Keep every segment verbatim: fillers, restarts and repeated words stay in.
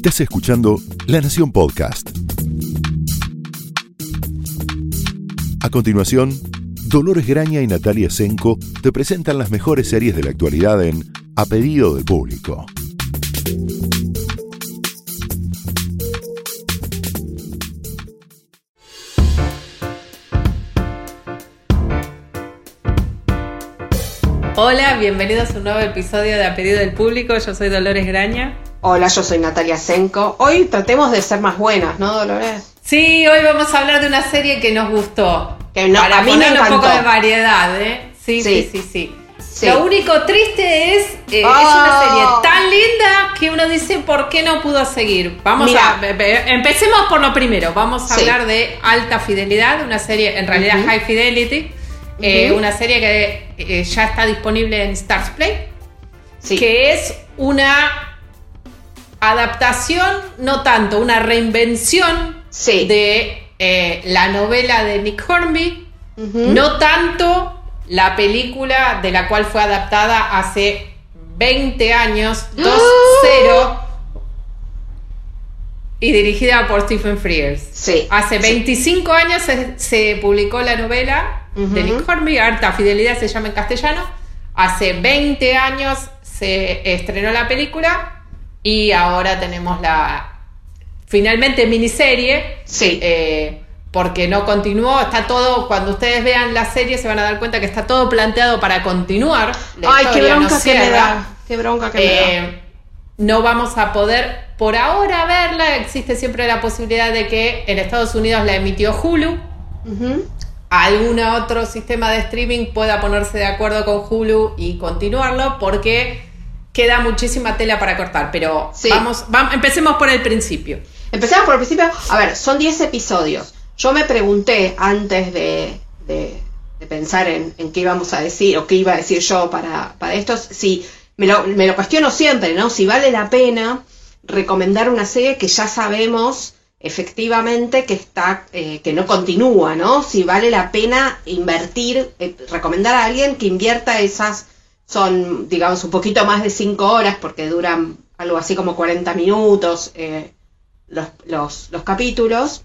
Estás escuchando La Nación Podcast. A continuación, Dolores Graña y Natalia Senko te presentan las mejores series de la actualidad en A Pedido del Público. Hola, bienvenidos a un nuevo episodio de A Pedido del Público. Yo soy Dolores Graña. Hola, yo soy Natalia Senko. Hoy tratemos de ser más buenas, ¿no, Dolores? Sí, hoy vamos a hablar de una serie que nos gustó. Que no, para a mí me ponerle encantó. un poco de variedad, ¿eh? Sí, sí, sí, sí. sí. sí. Lo único triste es, eh, oh. es una serie tan linda que uno dice, ¿por qué no pudo seguir? Vamos Mira. a... Empecemos por lo primero. Vamos a sí. hablar de Alta Fidelidad, una serie, en realidad uh-huh. High Fidelity. Uh-huh. Eh, una serie que eh, ya está disponible en Stars Play. Sí. Que es una... adaptación, no tanto, una reinvención sí. de eh, la novela de Nick Hornby, uh-huh. no tanto la película de la cual fue adaptada hace veinte años, dos cero, y dirigida por Stephen Frears. Sí. Hace veinticinco sí. años se, se publicó la novela uh-huh. de Nick Hornby, Alta Fidelidad se llama en castellano. Hace veinte años se estrenó la película. Y ahora tenemos la, finalmente, miniserie. Sí. Eh, porque no continuó. Está todo, cuando ustedes vean la serie se van a dar cuenta que está todo planteado para continuar. La Ay, qué bronca no que me da. Qué bronca que eh, me da. No vamos a poder, por ahora, verla. Existe siempre la posibilidad de que en Estados Unidos la emitió Hulu. Uh-huh. Algún otro sistema de streaming pueda ponerse de acuerdo con Hulu y continuarlo, porque... queda muchísima tela para cortar, pero sí. vamos, vamos, empecemos por el principio. Empecemos por el principio. A ver, son diez episodios. Yo me pregunté antes de, de, de pensar en, en qué íbamos a decir, o qué iba a decir yo para, para estos, si me lo, me lo cuestiono siempre, ¿no? Si vale la pena recomendar una serie que ya sabemos efectivamente que está, eh, que no continúa, ¿no? Si vale la pena invertir, eh, recomendar a alguien que invierta esas. Son, digamos, un poquito más de cinco horas, porque duran algo así como cuarenta minutos eh, los, los, los capítulos.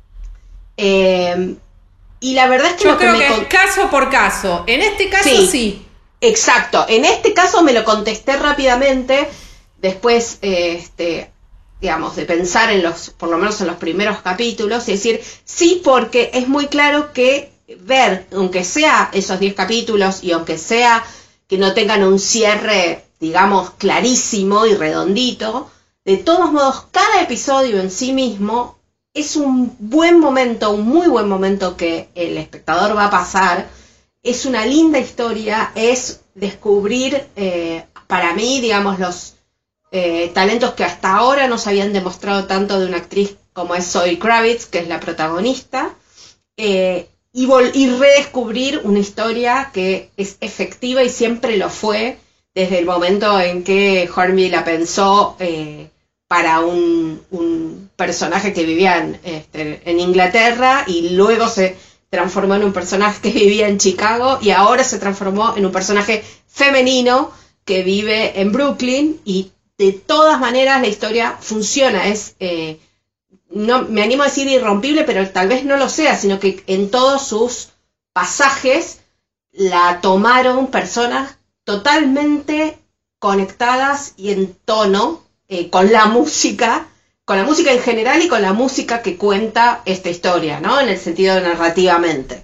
Eh, y la verdad es que... Yo lo creo que, me que con... es caso por caso. En este caso sí. sí. Exacto. En este caso me lo contesté rápidamente, después, eh, este, digamos, de pensar en los, por lo menos en los primeros capítulos, y decir, sí, porque es muy claro que ver, aunque sea esos diez capítulos, y aunque sea... que no tengan un cierre, digamos, clarísimo y redondito, de todos modos, cada episodio en sí mismo es un buen momento, un muy buen momento que el espectador va a pasar. Es una linda historia, es descubrir, eh, para mí, digamos, los eh, talentos que hasta ahora no se habían demostrado tanto de una actriz como es Zoe Kravitz, que es la protagonista, eh, Y, vol- y redescubrir una historia que es efectiva y siempre lo fue desde el momento en que Hornby la pensó eh, para un, un personaje que vivía en, este, en Inglaterra, y luego se transformó en un personaje que vivía en Chicago, y ahora se transformó en un personaje femenino que vive en Brooklyn, y de todas maneras la historia funciona, es... Eh, no me animo a decir irrompible, pero tal vez no lo sea, sino que en todos sus pasajes la tomaron personas totalmente conectadas y en tono eh, con la música, con la música en general y con la música que cuenta esta historia, ¿no? En el sentido de narrativamente.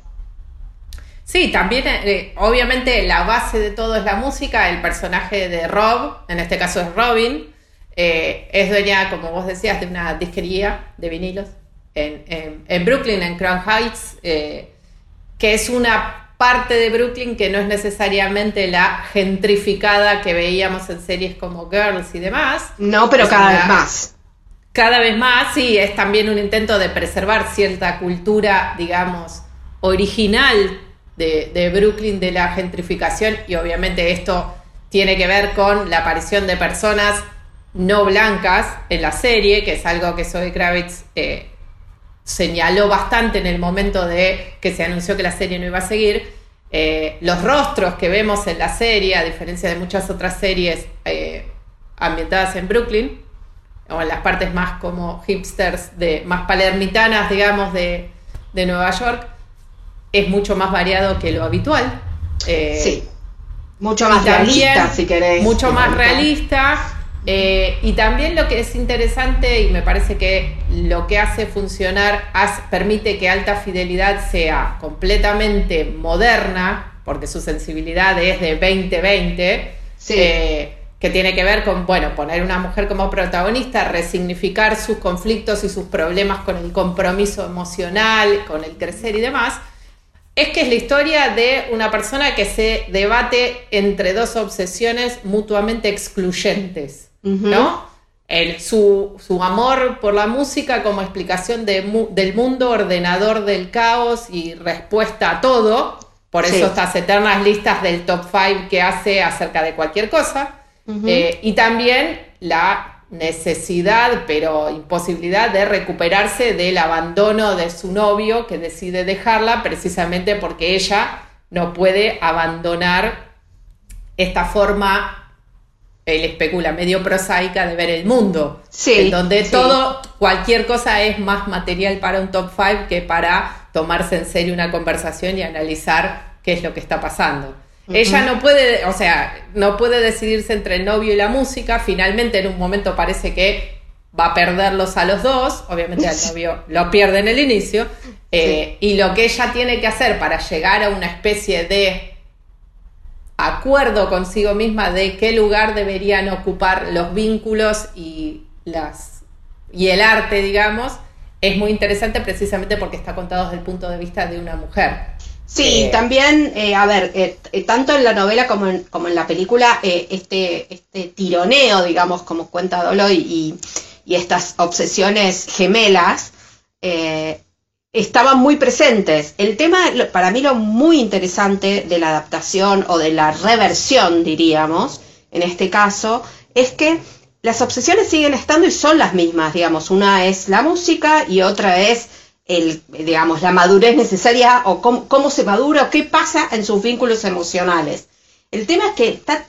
Sí, también, eh, obviamente, la base de todo es la música. El personaje de Rob, en este caso es Robin, Eh, es dueña, como vos decías, de una disquería de vinilos en, en, en Brooklyn, en Crown Heights, eh, que es una parte de Brooklyn que no es necesariamente la gentrificada que veíamos en series como Girls y demás. No, pero es cada una, vez más. Cada vez más, sí, es también un intento de preservar cierta cultura, digamos, original de, de Brooklyn, de la gentrificación, y obviamente esto tiene que ver con la aparición de personas no blancas en la serie, que es algo que Zoe Kravitz eh, señaló bastante en el momento de que se anunció que la serie no iba a seguir. Eh, los rostros que vemos en la serie, a diferencia de muchas otras series eh, ambientadas en Brooklyn, o en las partes más como hipsters, de, más palermitanas, digamos, de, de Nueva York, es mucho más variado que lo habitual. Eh, sí, mucho más realista, si querés. Mucho más realista. Eh, y también lo que es interesante, y me parece que lo que hace funcionar, hace, permite que Alta Fidelidad sea completamente moderna, porque su sensibilidad es de veinte veinte, sí. eh, que tiene que ver con, bueno, poner una mujer como protagonista, resignificar sus conflictos y sus problemas con el compromiso emocional, con el crecer y demás. Es que es la historia de una persona que se debate entre dos obsesiones mutuamente excluyentes, uh-huh. ¿no? El, su, su amor por la música como explicación de, del mundo, ordenador del caos y respuesta a todo, por eso sí. estas eternas listas del top five que hace acerca de cualquier cosa, uh-huh. eh, y también la necesidad, pero imposibilidad de recuperarse del abandono de su novio, que decide dejarla precisamente porque ella no puede abandonar esta forma, él especula, medio prosaica de ver el mundo, sí, en donde sí. todo, cualquier cosa es más material para un top five que para tomarse en serio una conversación y analizar qué es lo que está pasando. Uh-huh. Ella no puede, o sea, no puede decidirse entre el novio y la música. Finalmente, en un momento parece que va a perderlos a los dos. Obviamente al novio lo pierde en el inicio. Eh, sí. Y lo que ella tiene que hacer para llegar a una especie de acuerdo consigo misma de qué lugar deberían ocupar los vínculos y, las, y el arte, digamos, es muy interesante precisamente porque está contado desde el punto de vista de una mujer. Sí, eh, también, eh, a ver, eh, eh, tanto en la novela como en, como en la película, eh, este, este tironeo, digamos, como cuenta Doloy, y, y estas obsesiones gemelas, eh, estaban muy presentes. El tema, para mí, lo muy interesante de la adaptación, o de la reversión, diríamos, en este caso, es que las obsesiones siguen estando y son las mismas, digamos. Una es la música y otra es el, digamos, la madurez necesaria, o cómo, cómo se madura, o qué pasa en sus vínculos emocionales. El tema es que está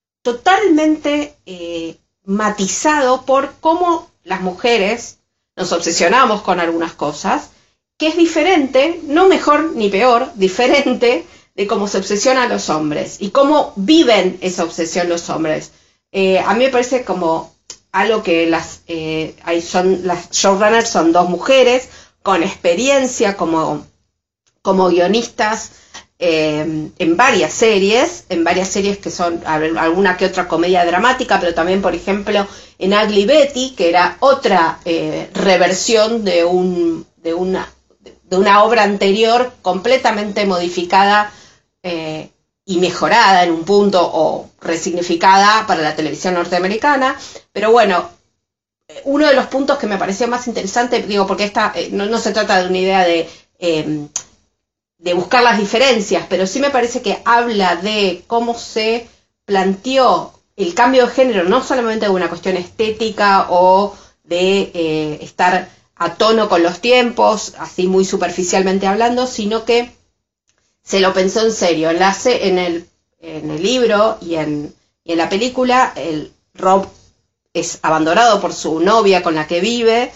totalmente eh, matizado por cómo las mujeres nos obsesionamos con algunas cosas, que es diferente, no mejor ni peor, diferente de cómo se obsesionan los hombres y cómo viven esa obsesión los hombres. Eh, a mí me parece como algo que las, eh, hay son, las showrunners son dos mujeres con experiencia como, como guionistas eh, en varias series, en varias series que son a ver, alguna que otra comedia dramática, pero también, por ejemplo, en Ugly Betty, que era otra eh, reversión de, un, de, una, de una obra anterior completamente modificada eh, y mejorada en un punto, o resignificada para la televisión norteamericana. Pero bueno, uno de los puntos que me pareció más interesante, digo, porque esta eh, no, no se trata de una idea de, eh, de buscar las diferencias, pero sí me parece que habla de cómo se planteó el cambio de género, no solamente de una cuestión estética o de eh, estar a tono con los tiempos, así muy superficialmente hablando, sino que se lo pensó en serio. En, la, en, el, en el libro y en, y en la película, el Rob es abandonado por su novia con la que vive,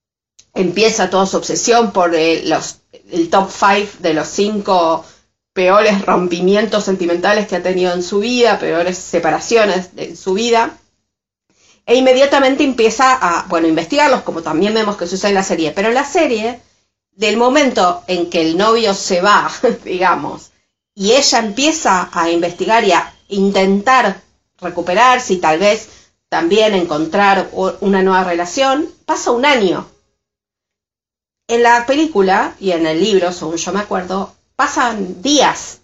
empieza toda su obsesión por eh, los, el top five de los cinco peores rompimientos sentimentales que ha tenido en su vida, peores separaciones de su vida, e inmediatamente empieza a, bueno, investigarlos, como también vemos que sucede en la serie. Pero en la serie, del momento en que el novio se va, digamos, y ella empieza a investigar y a intentar recuperarse y tal vez también encontrar una nueva relación, pasa un año. En la película y en el libro, según yo me acuerdo, pasan días.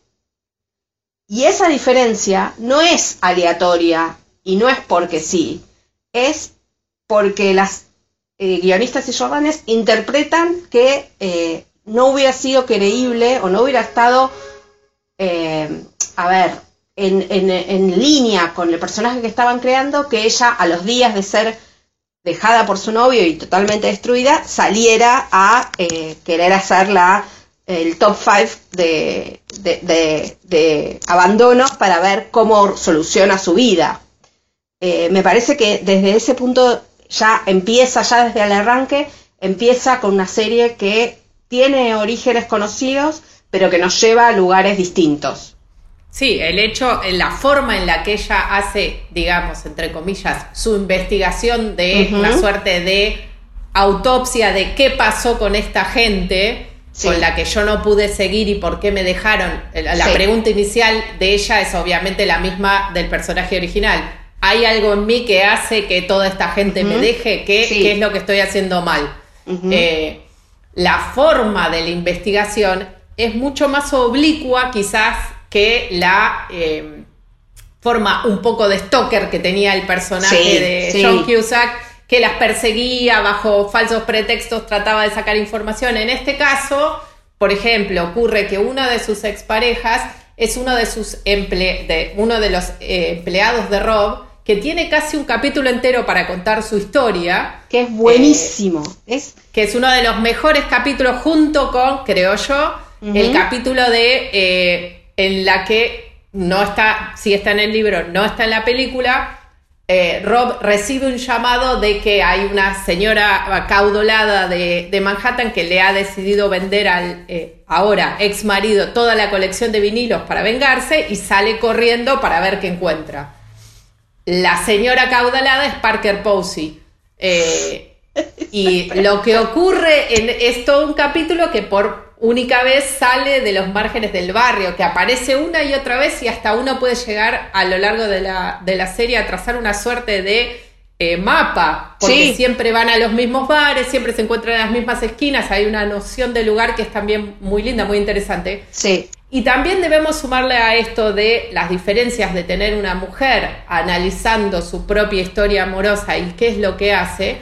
Y esa diferencia no es aleatoria y no es porque sí, es porque las eh, guionistas y showrunners interpretan que eh, no hubiera sido creíble o no hubiera estado, eh, a ver, En, en, en línea con el personaje que estaban creando, que ella, a los días de ser dejada por su novio y totalmente destruida, saliera a eh, querer hacer la, el top five de, de, de, de abandonos para ver cómo soluciona su vida. Eh, me parece que desde ese punto ya empieza, ya desde el arranque, empieza con una serie que tiene orígenes conocidos, pero que nos lleva a lugares distintos. Sí, el hecho, la forma en la que ella hace, digamos, entre comillas, su investigación de uh-huh. una suerte de autopsia de qué pasó con esta gente, sí. con la que yo no pude seguir y por qué me dejaron. La sí. pregunta inicial de ella es obviamente la misma del personaje original. ¿Hay algo en mí que hace que toda esta gente uh-huh. me deje? ¿Qué, sí. ¿Qué es lo que estoy haciendo mal? Uh-huh. Eh, la forma de la investigación es mucho más oblicua quizás que la eh, forma un poco de stalker que tenía el personaje sí, de sí. John Cusack, que las perseguía bajo falsos pretextos, trataba de sacar información. En este caso, por ejemplo, ocurre que una de sus exparejas es uno de sus emple- de, uno de los eh, empleados de Rob, que tiene casi un capítulo entero para contar su historia. Que es buenísimo. Eh, es... Que es uno de los mejores capítulos junto con, creo yo, uh-huh. el capítulo de eh, en la que no está, sí está en el libro, no está en la película. Eh, Rob recibe un llamado de que hay una señora acaudalada de, de Manhattan que le ha decidido vender al eh, ahora ex marido toda la colección de vinilos para vengarse, y sale corriendo para ver qué encuentra. La señora acaudalada es Parker Posey. Eh, y lo que ocurre en, es todo un capítulo que por única vez sale de los márgenes del barrio, que aparece una y otra vez, y hasta uno puede llegar a lo largo de la, de la serie a trazar una suerte de eh, mapa, porque sí. siempre van a los mismos bares, siempre se encuentran en las mismas esquinas, hay una noción de lugar que es también muy linda, muy interesante. Sí. Y también debemos sumarle a esto de las diferencias de tener una mujer analizando su propia historia amorosa y qué es lo que hace.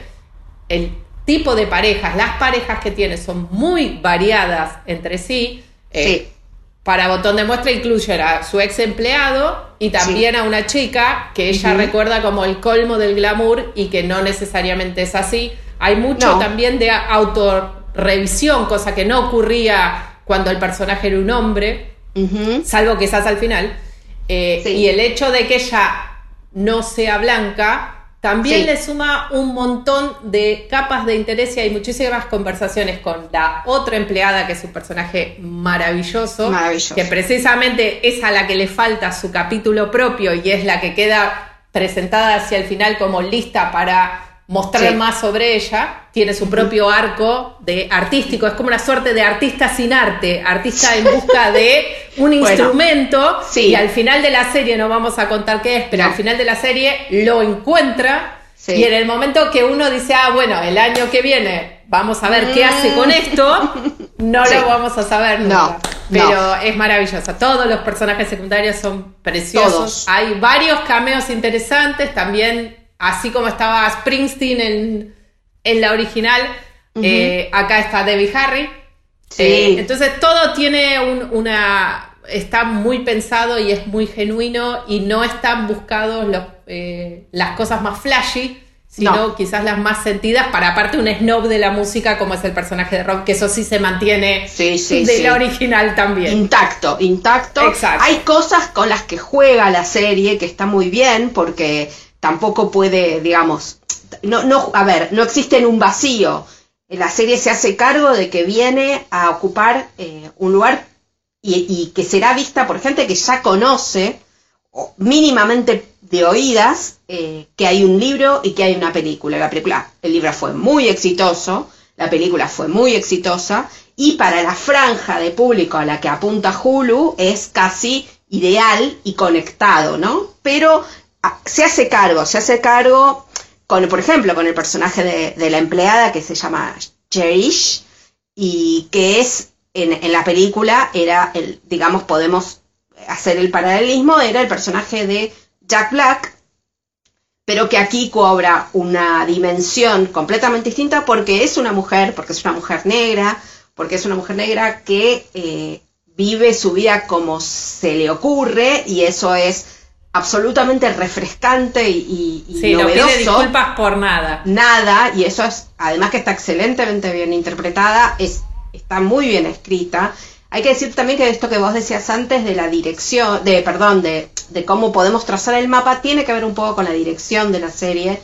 El tipo de parejas, las parejas que tiene son muy variadas entre sí. Eh, sí. Para botón de muestra incluyen a su ex empleado y también sí. a una chica que ella uh-huh. recuerda como el colmo del glamour y que no necesariamente es así. Hay mucho no. también de autorrevisión, cosa que no ocurría cuando el personaje era un hombre, uh-huh. salvo quizás al final. Eh, sí. Y el hecho de que ella no sea blanca también sí. le suma un montón de capas de interés, y hay muchísimas conversaciones con la otra empleada, que es un personaje maravilloso, maravilloso, que precisamente es a la que le falta su capítulo propio y es la que queda presentada hacia el final como lista para mostrar sí. más sobre ella. Tiene su propio arco de artístico, es como una suerte de artista sin arte, artista en busca de un bueno, instrumento, sí. y al final de la serie, no vamos a contar qué es, pero no. al final de la serie lo encuentra, sí. y en el momento que uno dice, ah, bueno, el año que viene vamos a ver mm. qué hace con esto, no sí. lo vamos a saber nunca. No. Pero no. es maravilloso. Todos los personajes secundarios son preciosos. Todos. Hay varios cameos interesantes también. Así como estaba Springsteen en, en la original, uh-huh. eh, acá está Debbie Harry. Sí. Eh, entonces todo tiene un, una... está muy pensado y es muy genuino, y no están buscados los, eh, las cosas más flashy, sino no. quizás las más sentidas, para aparte un snob de la música como es el personaje de Rob, que eso sí se mantiene sí, sí, de sí. la original también. Intacto, intacto. Exacto. Hay cosas con las que juega la serie que está muy bien, porque tampoco puede, digamos, no, no, a ver, no existe en un vacío. La serie se hace cargo de que viene a ocupar eh, un lugar y, y que será vista por gente que ya conoce, o mínimamente de oídas, eh, que hay un libro y que hay una película. La película, el libro fue muy exitoso, la película fue muy exitosa, y para la franja de público a la que apunta Hulu es casi ideal y conectado, ¿no? Pero se hace cargo, se hace cargo, con, por ejemplo, con el personaje de, de la empleada que se llama Cherish, y que es, en, en la película, era, el, digamos, podemos hacer el paralelismo, era el personaje de Jack Black, pero que aquí cobra una dimensión completamente distinta porque es una mujer, porque es una mujer negra, porque es una mujer negra que eh, vive su vida como se le ocurre, y eso es absolutamente refrescante y, y sí, novedoso. No pide disculpas por nada. Nada, y eso es, además que está excelentemente bien interpretada, es, está muy bien escrita. Hay que decir también que esto que vos decías antes de la dirección, de perdón, de, de cómo podemos trazar el mapa, tiene que ver un poco con la dirección de la serie,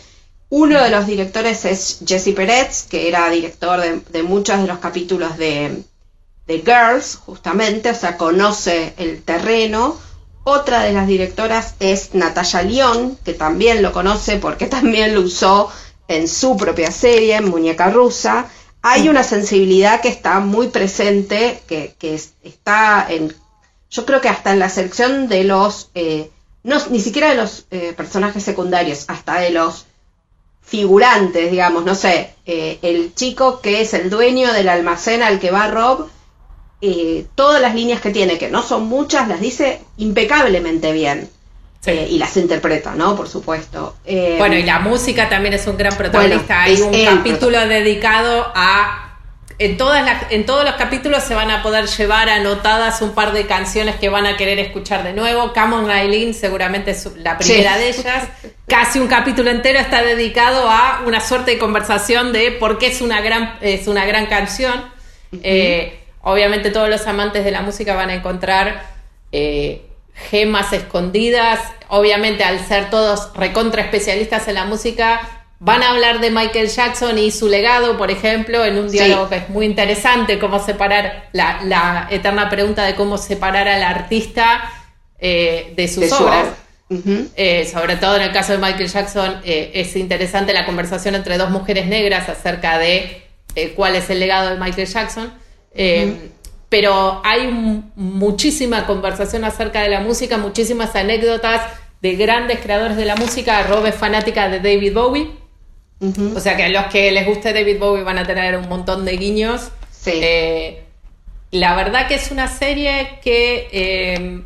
Uno de los directores es Jesse Peretz, que era director de, de muchos de los capítulos de, de Girls, justamente, o sea, conoce el terreno. Otra de las directoras es Natasha Lyonne, que también lo conoce porque también lo usó en su propia serie, en Muñeca Rusa. Hay una sensibilidad que está muy presente, que, que está en, yo creo que hasta en la selección de los, eh, no, ni siquiera de los eh, personajes secundarios, hasta de los figurantes, digamos, no sé, eh, el chico que es el dueño del almacén al que va Rob, eh, todas las líneas que tiene, que no son muchas, las dice impecablemente bien. Sí. Eh, y las interpreta, ¿no? Por supuesto. Eh, bueno, y la música también es un gran protagonista. Bueno, hay un capítulo dedicado a... En, todas las, en todos los capítulos se van a poder llevar anotadas un par de canciones que van a querer escuchar de nuevo. Come On Eileen seguramente es la primera sí. de ellas. Casi un capítulo entero está dedicado a una suerte de conversación de por qué es una gran, es una gran canción. Uh-huh. Eh, obviamente todos los amantes de la música van a encontrar... Eh, gemas escondidas. Obviamente, al ser todos recontra especialistas en la música, van a hablar de Michael Jackson y su legado, por ejemplo, en un diálogo sí. que es muy interesante, cómo separar la, la eterna pregunta de cómo separar al artista eh, de sus de obras. Su uh-huh. eh, sobre todo en el caso de Michael Jackson, eh, es interesante la conversación entre dos mujeres negras acerca de eh, cuál es el legado de Michael Jackson. Eh, uh-huh. Pero hay un, muchísima conversación acerca de la música, muchísimas anécdotas de grandes creadores de la música. Rob es fanática de David Bowie, uh-huh. o sea que a los que les guste David Bowie van a tener un montón de guiños. Sí. Eh, la verdad que es una serie que eh,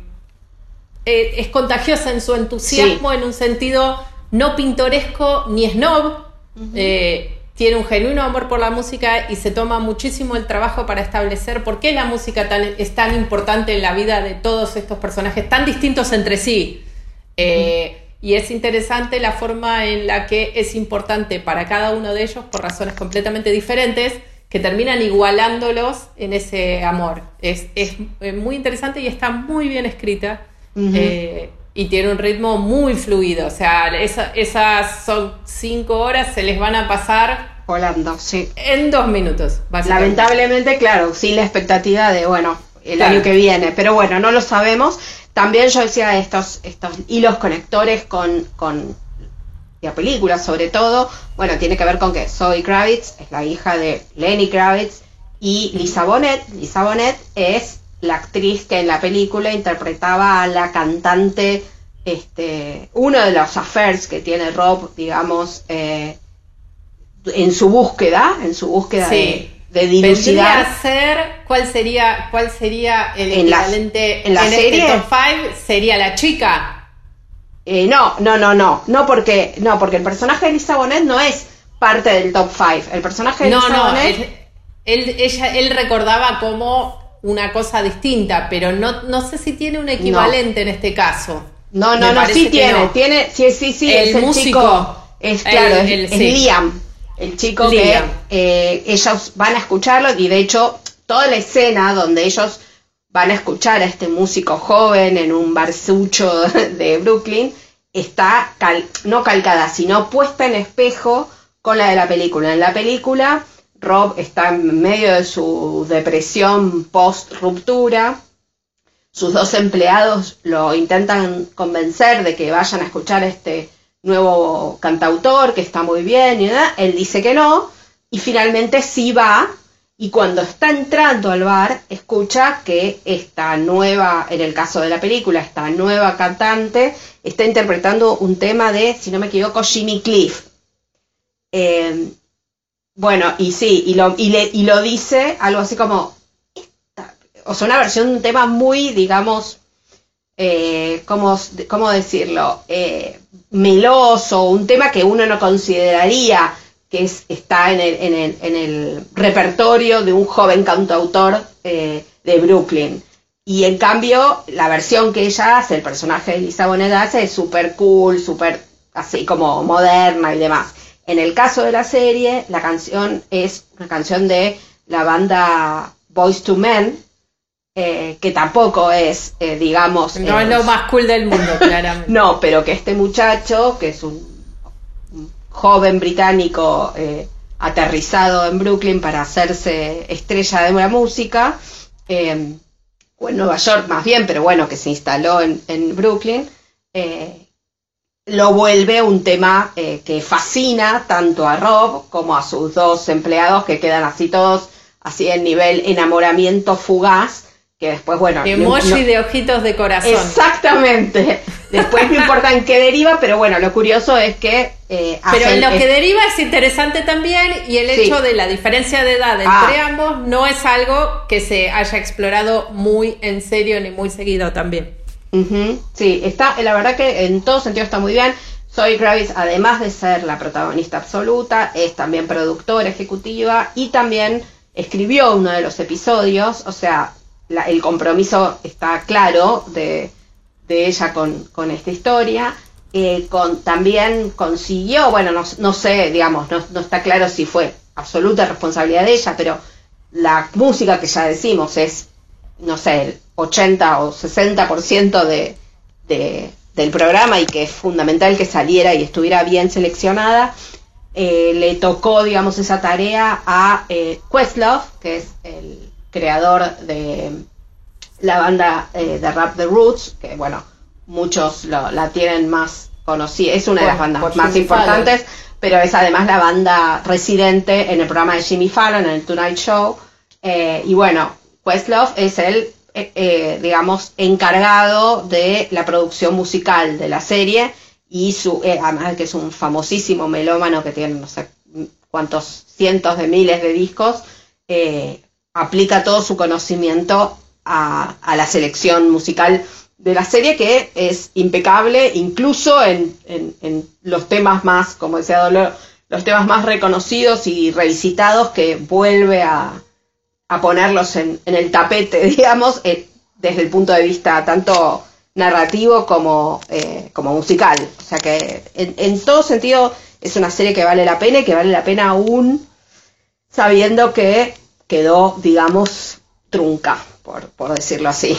eh, es contagiosa en su entusiasmo, sí. en un sentido no pintoresco ni snob. Uh-huh. Eh, tiene un genuino amor por la música y se toma muchísimo el trabajo para establecer por qué la música tan, es tan importante en la vida de todos estos personajes tan distintos entre sí. Eh, mm. Y es interesante la forma en la que es importante para cada uno de ellos, por razones completamente diferentes, que terminan igualándolos en ese amor. Es, es muy interesante y está muy bien escrita. Mm-hmm. eh, y tiene un ritmo muy fluido, o sea, esa, esas son cinco horas, se les van a pasar volando, sí, en dos minutos, básicamente. Lamentablemente, claro, sin la expectativa de, bueno, el claro. año que viene, pero bueno, no lo sabemos. También yo decía estos, estos hilos conectores con, con la película, sobre todo, bueno, tiene que ver con que Zoe Kravitz es la hija de Lenny Kravitz y Lisa Bonet. Lisa Bonet es la actriz que en la película interpretaba a la cantante, este, uno de los affairs que tiene Rob, digamos, eh, en su búsqueda, en su búsqueda sí. de, de dilucidar. Vendría a ser, ¿cuál sería, cuál sería el en equivalente la, en, la en serie? Este top cinco? ¿Sería la chica? Eh, no, no, no, no, no porque, no, porque el personaje de Lisa Bonet no es parte del top cinco. El personaje de no, Lisa no, Bonet... Él, él, ella, él recordaba como una cosa distinta, pero no, no sé si tiene un equivalente no. en este caso. No, no, Me no, sí tiene, no. tiene, sí, sí, sí, el es el músico, chico, es claro, el, es, el, es sí. Liam, el chico Liam. que eh, ellos van a escucharlo y de hecho toda la escena donde ellos van a escuchar a este músico joven en un barzucho de Brooklyn está cal, no calcada, sino puesta en espejo con la de la película. En la película Rob está en medio de su depresión post-ruptura. Sus dos empleados lo intentan convencer de que vayan a escuchar a este nuevo cantautor, que está muy bien, y nada. Él dice que no, y finalmente sí va, y cuando está entrando al bar, escucha que esta nueva, en el caso de la película, esta nueva cantante, está interpretando un tema de, si no me equivoco, Jimmy Cliff. Eh, Bueno, y sí, y lo, y, le, y lo dice algo así como, esta, o sea, una versión de un tema muy, digamos, eh, ¿cómo, cómo decirlo? Eh, meloso, un tema que uno no consideraría que es, está en el, en, el, en el repertorio de un joven cantautor eh, de Brooklyn. Y en cambio, la versión que ella hace, el personaje de Lisa Bonet hace, es súper cool, súper así como moderna y demás. En el caso de la serie, la canción es una canción de la banda Boyz two Men, eh, que tampoco es, eh, digamos... No es, es lo más cool del mundo, claramente. No, pero que este muchacho, que es un, un joven británico eh, aterrizado en Brooklyn para hacerse estrella de la música, eh, o en Nueva York más bien, pero bueno, que se instaló en, en Brooklyn, eh, lo vuelve un tema eh, que fascina tanto a Rob como a sus dos empleados, que quedan así todos, así en nivel enamoramiento fugaz, que después, bueno... Emoji no, de ojitos de corazón. Exactamente. Después no importa en qué deriva, pero bueno, lo curioso es que... Eh, pero en lo es, que deriva es interesante también, y el hecho sí. de la diferencia de edad entre ah. ambos no es algo que se haya explorado muy en serio ni muy seguido también. Uh-huh. Sí, está, la verdad que en todo sentido está muy bien. Zoe Kravitz, además de ser la protagonista absoluta, es también productora ejecutiva y también escribió uno de los episodios, o sea... La, el compromiso está claro de, de ella con, con esta historia. Eh, con, también consiguió, bueno, no, no sé, digamos, no, no está claro si fue absoluta responsabilidad de ella, pero la música que ya decimos es, no sé, el ochenta o sesenta por ciento de, de, del programa, y que es fundamental que saliera y estuviera bien seleccionada. Eh, le tocó, digamos, esa tarea a eh, Questlove, que es el creador de la banda eh, de rap The Roots, que bueno, muchos lo, la tienen más conocida, es una por, de las bandas más importantes, Fallon. Pero es además la banda residente en el programa de Jimmy Fallon, en el Tonight Show, eh, y bueno, Questlove es el, eh, eh, digamos, encargado de la producción musical de la serie, y su, eh, además que es un famosísimo melómano que tiene no sé cuántos cientos de miles de discos, eh, aplica todo su conocimiento a, a la selección musical de la serie, que es impecable, incluso en, en, en los temas más, como decía Dolor, los temas más reconocidos y revisitados, que vuelve a, a ponerlos en, en el tapete, digamos, eh, desde el punto de vista tanto narrativo como, eh, como musical. O sea que en, en todo sentido es una serie que vale la pena, y que vale la pena aún sabiendo que quedó, digamos, trunca, por, por decirlo así.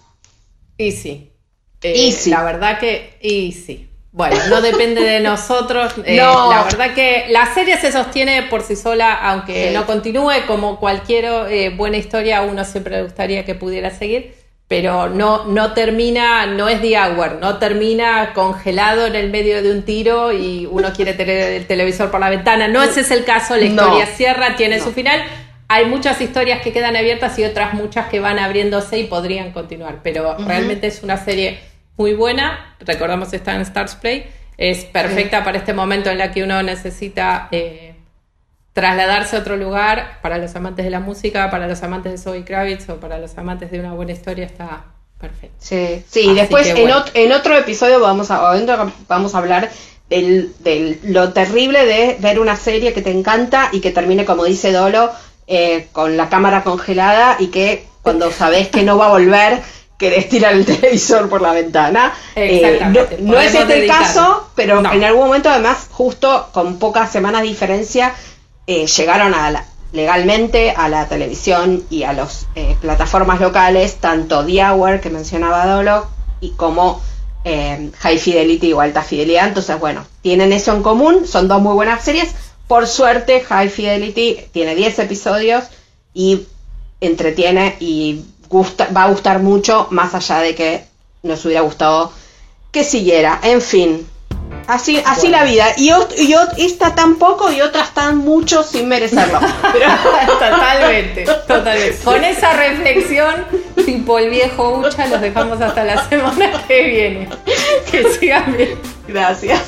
Y sí. Eh, y sí. La verdad que... Y sí. Bueno, no depende de nosotros. Eh, no. La verdad que la serie se sostiene por sí sola, aunque sí. no continúe, como cualquier eh, buena historia, a uno siempre le gustaría que pudiera seguir, pero no, no termina, no es The Hour, no termina congelado en el medio de un tiro y uno quiere tener el televisor por la ventana. No ese es el caso, la historia no. cierra, tiene no. su final. Hay muchas historias que quedan abiertas y otras muchas que van abriéndose y podrían continuar, pero uh-huh. realmente es una serie muy buena. Recordamos, está en Stars Play, es perfecta sí. para este momento en la que uno necesita eh, trasladarse a otro lugar. Para los amantes de la música, para los amantes de Zoe Kravitz o para los amantes de una buena historia, está perfecto. Sí, sí. Después en, bueno. ot- en otro episodio vamos a, vamos a hablar del, del lo terrible de ver una serie que te encanta y que termine, como dice Dolo, Eh, con la cámara congelada, y que cuando sabés que no va a volver querés tirar el televisor por la ventana. Exactamente. Eh, no, no es este dedicar. el caso, pero no. en algún momento, además, justo con pocas semanas de diferencia, eh, llegaron a la, legalmente a la televisión y a las eh, plataformas locales, tanto The Hour, que mencionaba Dolo, y como eh, High Fidelity o Alta Fidelidad. Entonces, bueno, tienen eso en común, son dos muy buenas series. Por suerte, High Fidelity tiene diez episodios y entretiene y gusta, va a gustar mucho, más allá de que nos hubiera gustado que siguiera. En fin, así así bueno. la vida. Y, y esta tan poco y otras tan mucho sin merecerlo. Pero... Totalmente, totalmente. Con esa reflexión, tipo el viejo Ucha, los dejamos hasta la semana que viene. Que sigan bien. Gracias.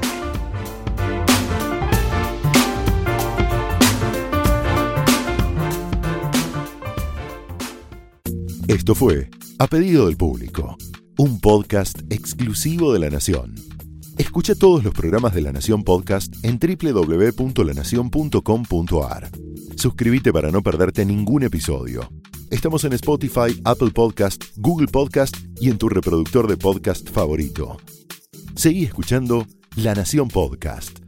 Esto fue A Pedido del Público, un podcast exclusivo de La Nación. Escucha todos los programas de La Nación Podcast en doble u doble u doble u punto la nación punto com punto a r. Suscríbete para no perderte ningún episodio. Estamos en Spotify, Apple Podcast, Google Podcast y en tu reproductor de podcast favorito. Seguí escuchando La Nación Podcast.